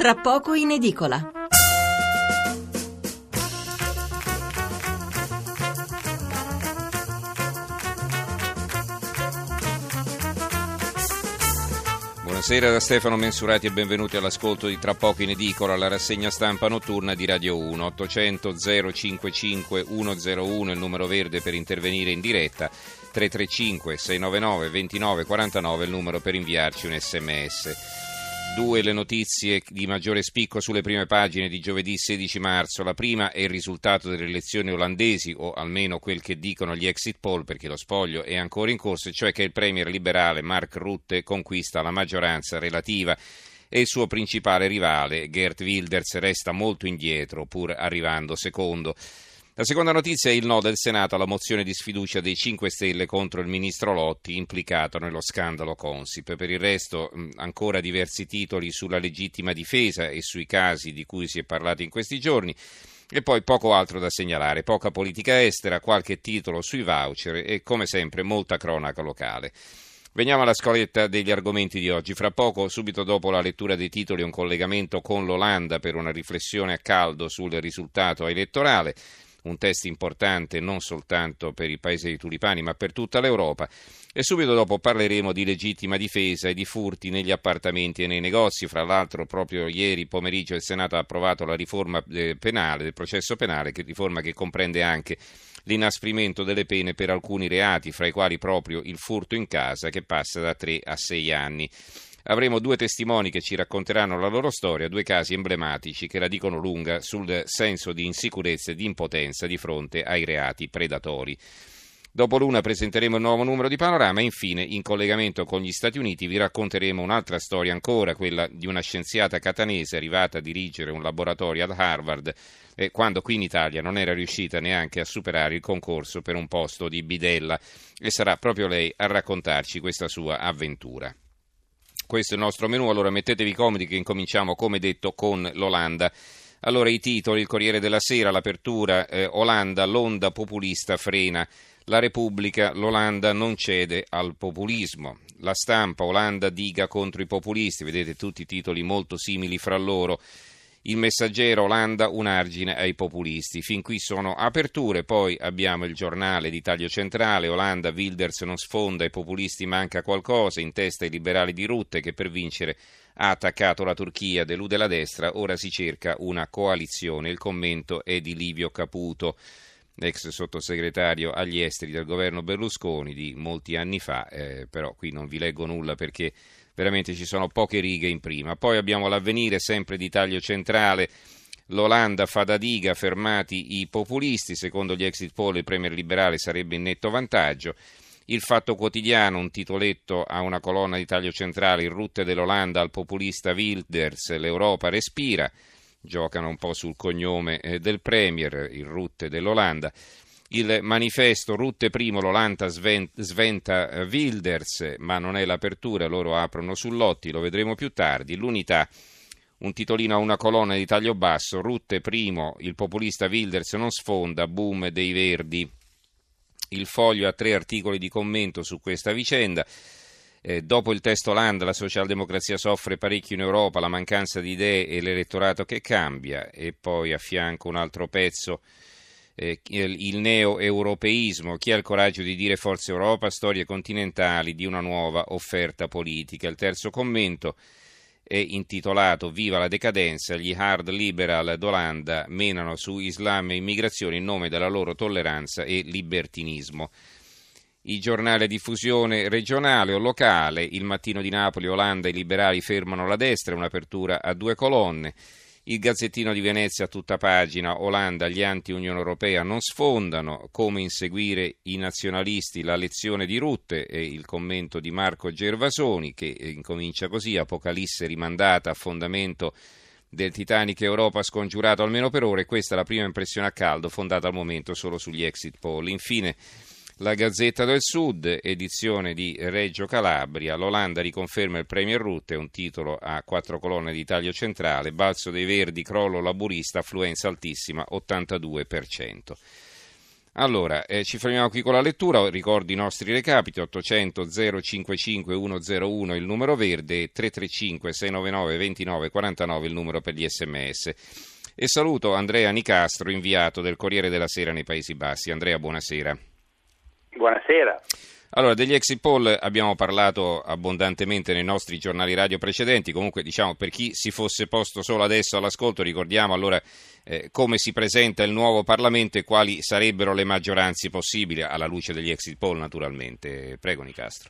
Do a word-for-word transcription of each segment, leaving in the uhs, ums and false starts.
tra poco in edicola. Buonasera da Stefano Mensurati e benvenuti all'ascolto di Tra poco in edicola, la rassegna stampa notturna di Radio uno. Ottocento zero cinquantacinque centouno il numero verde per intervenire in diretta, tre tre cinque sei nove nove due nove quattro nove il numero per inviarci un sms. Due le notizie di maggiore spicco sulle prime pagine di giovedì sedici marzo. La prima è il risultato delle elezioni olandesi, o almeno quel che dicono gli exit poll, perché lo spoglio è ancora in corso, cioè che il premier liberale Mark Rutte conquista la maggioranza relativa e il suo principale rivale Geert Wilders resta molto indietro, pur arrivando secondo. La seconda notizia è il no del Senato alla mozione di sfiducia dei cinque Stelle contro il ministro Lotti, implicato nello scandalo Consip. Per il resto ancora diversi titoli sulla legittima difesa e sui casi di cui si è parlato in questi giorni, e poi poco altro da segnalare, poca politica estera, qualche titolo sui voucher e come sempre molta cronaca locale. Veniamo alla scaletta degli argomenti di oggi. Fra poco, subito dopo la lettura dei titoli, un collegamento con l'Olanda per una riflessione a caldo sul risultato elettorale. Un test importante non soltanto per il paese dei tulipani ma per tutta l'Europa, e subito dopo parleremo di legittima difesa e di furti negli appartamenti e nei negozi. Fra l'altro proprio ieri pomeriggio il Senato ha approvato la riforma penale, del processo penale, che riforma che comprende anche l'inasprimento delle pene per alcuni reati, fra i quali proprio il furto in casa, che passa da tre a sei anni. Avremo due testimoni che ci racconteranno la loro storia, due casi emblematici che la dicono lunga sul senso di insicurezza e di impotenza di fronte ai reati predatori. Dopo l'una presenteremo il nuovo numero di Panorama e infine, in collegamento con gli Stati Uniti, vi racconteremo un'altra storia ancora, quella di una scienziata catanese arrivata a dirigere un laboratorio ad Harvard eh, quando qui in Italia non era riuscita neanche a superare il concorso per un posto di bidella, e sarà proprio lei a raccontarci questa sua avventura. Questo è il nostro menù, allora mettetevi comodi che incominciamo come detto con l'Olanda. Allora i titoli: il Corriere della Sera, l'apertura, eh, Olanda, l'onda populista frena. La Repubblica, l'Olanda non cede al populismo. La Stampa, Olanda diga contro i populisti, vedete tutti i titoli molto simili fra loro. Il Messaggero, Olanda un argine ai populisti. Fin qui sono aperture. Poi abbiamo il Giornale di taglio centrale, Olanda, Wilders non sfonda, ai populisti manca qualcosa, in testa i liberali di Rutte che per vincere ha attaccato la Turchia, delude la destra, ora si cerca una coalizione. Il commento è di Livio Caputo, ex sottosegretario agli esteri del governo Berlusconi di molti anni fa, eh, però qui non vi leggo nulla perché veramente ci sono poche righe in prima. Poi abbiamo l'Avvenire, sempre di taglio centrale, l'Olanda fa da diga, fermati i populisti, secondo gli exit poll il premier liberale sarebbe in netto vantaggio. Il Fatto Quotidiano, un titoletto a una colonna di taglio centrale, il Rutte dell'Olanda al populista Wilders, l'Europa respira, giocano un po' sul cognome eh, del premier, il Rutte dell'Olanda. Il Manifesto, Rutte primo, l'Olanda sventa Wilders, ma non è l'apertura, loro aprono sul Lotti, lo vedremo più tardi. L'Unità, un titolino a una colonna di taglio basso, Rutte primo, il populista Wilders non sfonda, boom dei Verdi. Il Foglio ha tre articoli di commento su questa vicenda. Eh, dopo il test Olanda, la socialdemocrazia soffre parecchio in Europa, la mancanza di idee e l'elettorato che cambia, e poi a fianco un altro pezzo, Eh, il neo-europeismo, chi ha il coraggio di dire Forza Europa, storie continentali di una nuova offerta politica. Il terzo commento è intitolato Viva la decadenza, gli hard liberal d'Olanda menano su Islam e immigrazione in nome della loro tolleranza e libertinismo. I giornali a diffusione regionale o locale, Il Mattino di Napoli, Olanda, i liberali fermano la destra, un'apertura a due colonne. Il Gazzettino di Venezia a tutta pagina, Olanda, gli anti-Unione Europea non sfondano, come inseguire i nazionalisti, la lezione di Rutte, e il commento di Marco Gervasoni che incomincia così: Apocalisse rimandata, affondamento del Titanic, Europa scongiurato almeno per ora, e questa è la prima impressione a caldo fondata al momento solo sugli exit poll. Infine La Gazzetta del Sud, edizione di Reggio Calabria, l'Olanda riconferma il premier Rutte, un titolo a quattro colonne di taglio centrale, balzo dei Verdi, crollo laburista, affluenza altissima, ottantadue per cento. Allora, eh, ci fermiamo qui con la lettura, ricordo i nostri recapiti: ottocento zero cinquantacinque centouno il numero verde, tre tre cinque sei nove nove due nove quattro nove il numero per gli sms. E saluto Andrea Nicastro, inviato del Corriere della Sera nei Paesi Bassi. Andrea, buonasera. Buonasera. Allora, degli exit poll abbiamo parlato abbondantemente nei nostri giornali radio precedenti. Comunque, diciamo, per chi si fosse posto solo adesso all'ascolto, ricordiamo allora eh, come si presenta il nuovo Parlamento e quali sarebbero le maggioranze possibili, alla luce degli exit poll naturalmente. Prego, Nicastro.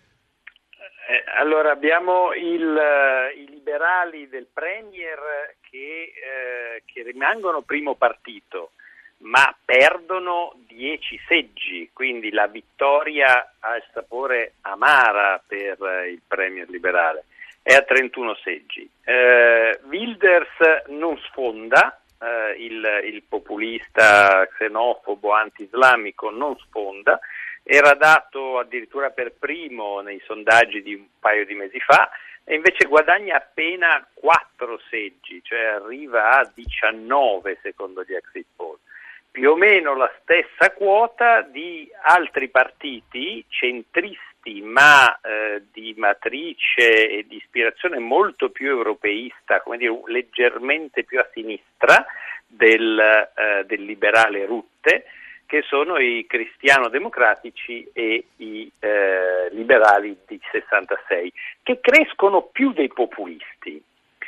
Eh, allora, abbiamo il, i liberali del Premier che, eh, che rimangono primo partito, ma perdono dieci seggi, quindi la vittoria ha il sapore amara per il Premier liberale, è a trentuno seggi. Eh, Wilders non sfonda, eh, il, il populista xenofobo anti-islamico non sfonda, era dato addirittura per primo nei sondaggi di un paio di mesi fa, e invece guadagna appena quattro seggi, cioè arriva a diciannove secondo gli exit poll. Più o meno la stessa quota di altri partiti centristi, ma eh, di matrice e di ispirazione molto più europeista, come dire, leggermente più a sinistra del, eh, del liberale Rutte, che sono i cristiano-democratici e i eh, liberali di sessantasei, che crescono più dei populisti.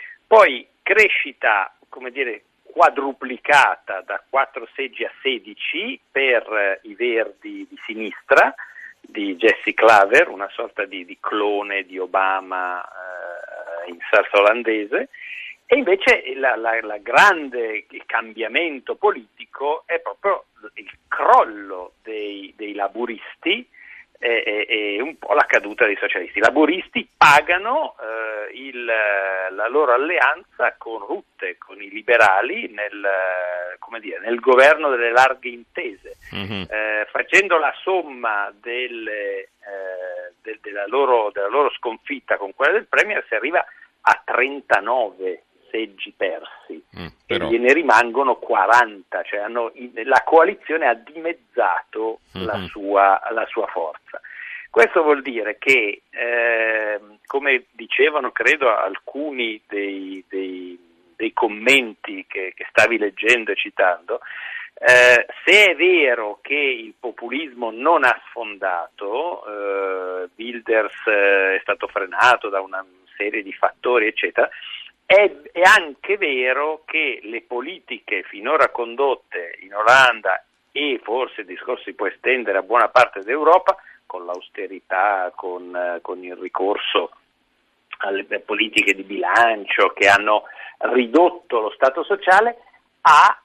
Poi crescita, come dire, quadruplicata da quattro seggi a sedici per eh, i Verdi di sinistra di Jesse Klaver, una sorta di, di clone di Obama eh, in salsa olandese, e invece la, la, la grande cambiamento politico è proprio il crollo dei, dei laburisti e, e, e un po' la caduta dei socialisti. I laburisti pagano eh, il, la loro alleanza con Rutte, con i liberali nel, come dire, nel governo delle larghe intese, mm-hmm. eh, facendo la somma delle, eh, de, della, loro, della loro sconfitta con quella del Premier si arriva a trentanove seggi persi, mm, però... e gliene rimangono quaranta, cioè hanno, la coalizione ha dimezzato mm-hmm. la, sua, la sua forza. Questo vuol dire che, eh, come dicevano credo alcuni dei, dei, dei commenti che, che stavi leggendo e citando, eh, se è vero che il populismo non ha sfondato, eh, Wilders eh, è stato frenato da una serie di fattori eccetera, È, è anche vero che le politiche finora condotte in Olanda, e forse il discorso si può estendere a buona parte d'Europa, con l'austerità, con, eh, con il ricorso alle politiche di bilancio che hanno ridotto lo Stato sociale, ha,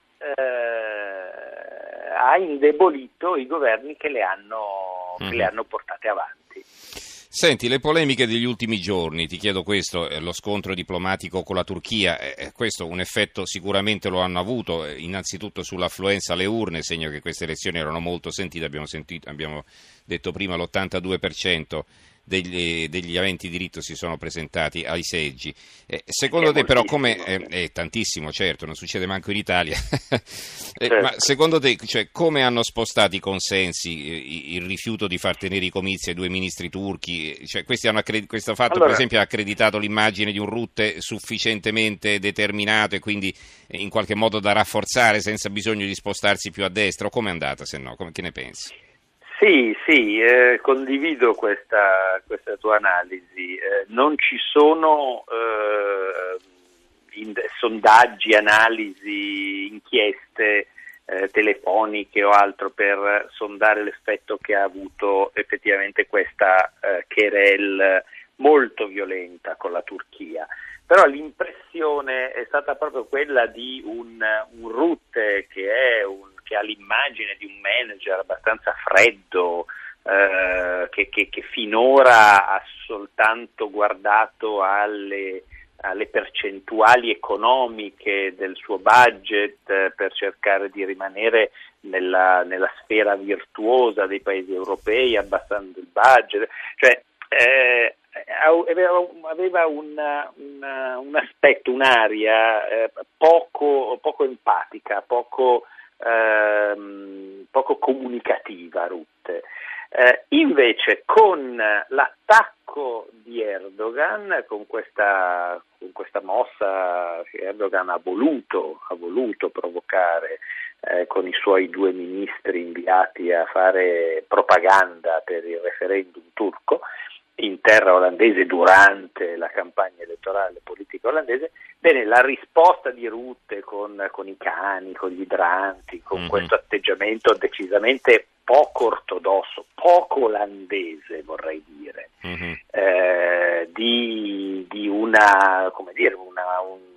eh, ha indebolito i governi che le hanno, mm-hmm. che le hanno portate avanti. Senti, le polemiche degli ultimi giorni, ti chiedo questo, eh, lo scontro diplomatico con la Turchia, eh, questo un effetto sicuramente lo hanno avuto, eh, innanzitutto sull'affluenza alle urne, segno che queste elezioni erano molto sentite, abbiamo, sentito, abbiamo detto prima l'ottantadue per cento degli, degli aventi diritto si sono presentati ai seggi. Eh, secondo è te però come... È, è tantissimo, certo, non succede manco in Italia, eh, certo. Ma secondo te cioè, come hanno spostato i consensi, il rifiuto di far tenere i comizi ai due ministri turchi? Cioè, questi hanno accred- questo fatto allora, per esempio ha accreditato l'immagine di un Rutte sufficientemente determinato e quindi in qualche modo da rafforzare senza bisogno di spostarsi più a destra, o come è andata se no? Come, che ne pensi? Sì, sì, eh, condivido questa, questa tua analisi. Eh, non ci sono eh, in, sondaggi, analisi, inchieste eh, telefoniche o altro per sondare l'effetto che ha avuto effettivamente questa eh, querel molto violenta con la Turchia. Però l'impressione è stata proprio quella di un, un Rutte che è un che ha l'immagine di un manager abbastanza freddo, eh, che, che, che finora ha soltanto guardato alle, alle percentuali economiche del suo budget eh, per cercare di rimanere nella, nella sfera virtuosa dei paesi europei, abbassando il budget, cioè eh, aveva un, un, un aspetto, un'aria eh, poco, poco empatica, poco ehm, poco comunicativa Rutte. Eh, invece con l'attacco di Erdogan, con questa, con questa mossa che Erdogan ha voluto, ha voluto provocare eh, con i suoi due ministri inviati a fare propaganda per il referendum turco in terra olandese durante la campagna elettorale politica olandese, bene, la risposta di Rutte con, con i cani, con gli idranti, con mm-hmm. questo atteggiamento decisamente poco ortodosso, poco olandese vorrei dire, mm-hmm. eh, di, di una, come dire, una,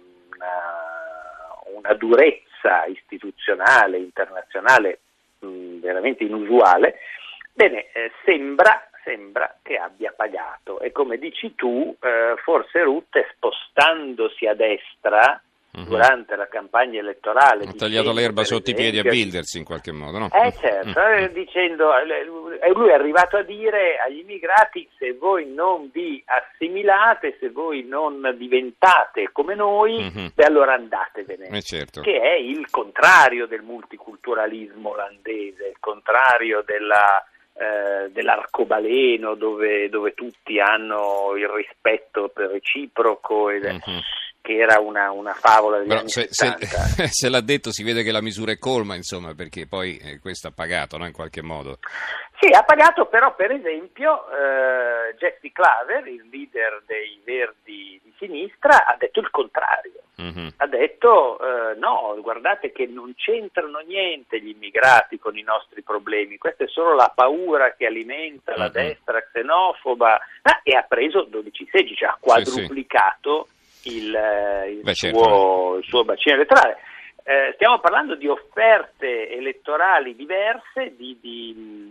una, una durezza istituzionale, internazionale mh, veramente inusuale, bene, eh, sembra sembra che abbia pagato e come dici tu eh, forse Rutte spostandosi a destra mm-hmm. durante la campagna elettorale ha tagliato l'erba sotto esempio, i piedi a Wilders in qualche modo, no? Eh certo, mm-hmm. dicendo lui è arrivato a dire agli immigrati: se voi non vi assimilate, se voi non diventate come noi, mm-hmm. beh allora andatevene, eh certo. che è il contrario del multiculturalismo olandese, il contrario della Eh, dell'arcobaleno dove, dove tutti hanno il rispetto per reciproco ed, mm-hmm. che era una, una favola degli Però anni se, settanta. Se, se l'ha detto si vede che la misura è colma, insomma, perché poi eh, questo ha pagato, no, in qualche modo. Sì, ha pagato, però per esempio eh, Jesse Klaver, il leader dei Verdi di sinistra, ha detto il contrario. Mm-hmm. Ha detto eh, no, guardate che non c'entrano niente gli immigrati con i nostri problemi, questa è solo la paura che alimenta mm-hmm. la destra xenofoba, ah, e ha preso dodici seggi, cioè ha quadruplicato sì, sì. il, il, Beh, suo, certo. il suo bacino elettorale. Eh, stiamo parlando di offerte elettorali diverse, di, di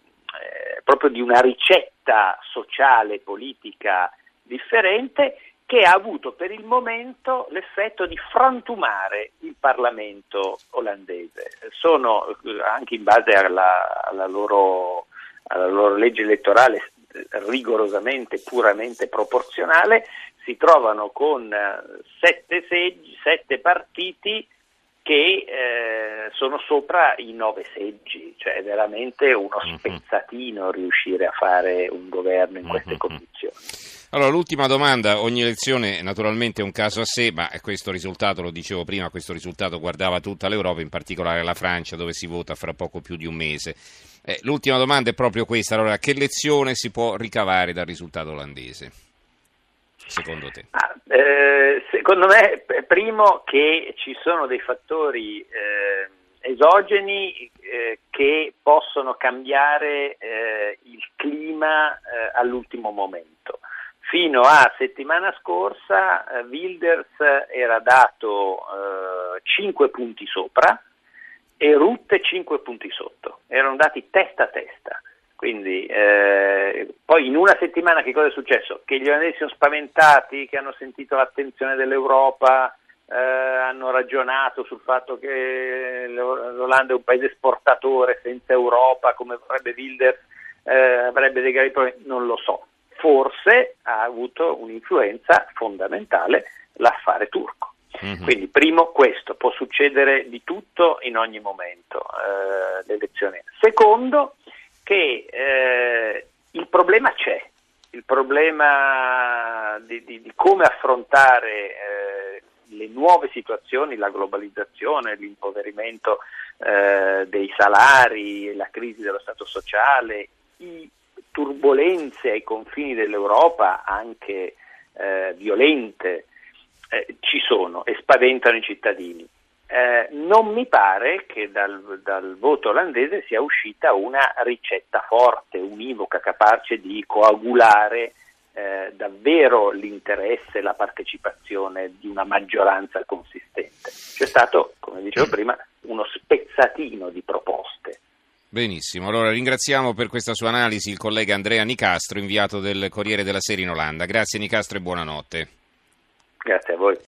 eh, proprio di una ricetta sociale politica differente, che ha avuto per il momento l'effetto di frantumare il Parlamento olandese. Sono, anche in base alla, alla, loro, alla loro legge elettorale rigorosamente, puramente proporzionale, si trovano con sette seggi, sette partiti che eh, sono sopra i nove seggi, cioè è veramente uno spezzatino riuscire a fare un governo in queste condizioni. Allora, l'ultima domanda: ogni elezione naturalmente è un caso a sé, ma questo risultato, lo dicevo prima, questo risultato guardava tutta l'Europa, in particolare la Francia, dove si vota fra poco più di un mese. Eh, l'ultima domanda è proprio questa: allora, che lezione si può ricavare dal risultato olandese, secondo te? Ah, eh, secondo me, primo, che ci sono dei fattori eh, esogeni eh, che possono cambiare eh, il clima eh, all'ultimo momento. Fino a settimana scorsa eh, Wilders era dato eh, cinque punti sopra e Rutte cinque punti sotto, erano dati testa a testa. Quindi eh, poi in una settimana che cosa è successo? Che gli olandesi sono spaventati, che hanno sentito l'attenzione dell'Europa, eh, hanno ragionato sul fatto che l'Olanda è un paese esportatore senza Europa, come vorrebbe Wilders, eh, avrebbe dei gravi problemi, non lo so. Forse ha avuto un'influenza fondamentale l'affare turco. Mm-hmm. Quindi primo questo, può succedere di tutto in ogni momento, eh, le elezioni. Secondo, che eh, il problema c'è, il problema di, di, di come affrontare eh, le nuove situazioni, la globalizzazione, l'impoverimento eh, dei salari, la crisi dello Stato sociale, i turbolenze ai confini dell'Europa, anche eh, violente, eh, ci sono e spaventano i cittadini. Eh, non mi pare che dal, dal voto olandese sia uscita una ricetta forte, univoca, capace di coagulare eh, davvero l'interesse e la partecipazione di una maggioranza consistente. C'è stato, come dicevo prima, uno spezzatino di proposte. Benissimo, allora ringraziamo per questa sua analisi il collega Andrea Nicastro, inviato del Corriere della Sera in Olanda. Grazie Nicastro e buonanotte. Grazie a voi.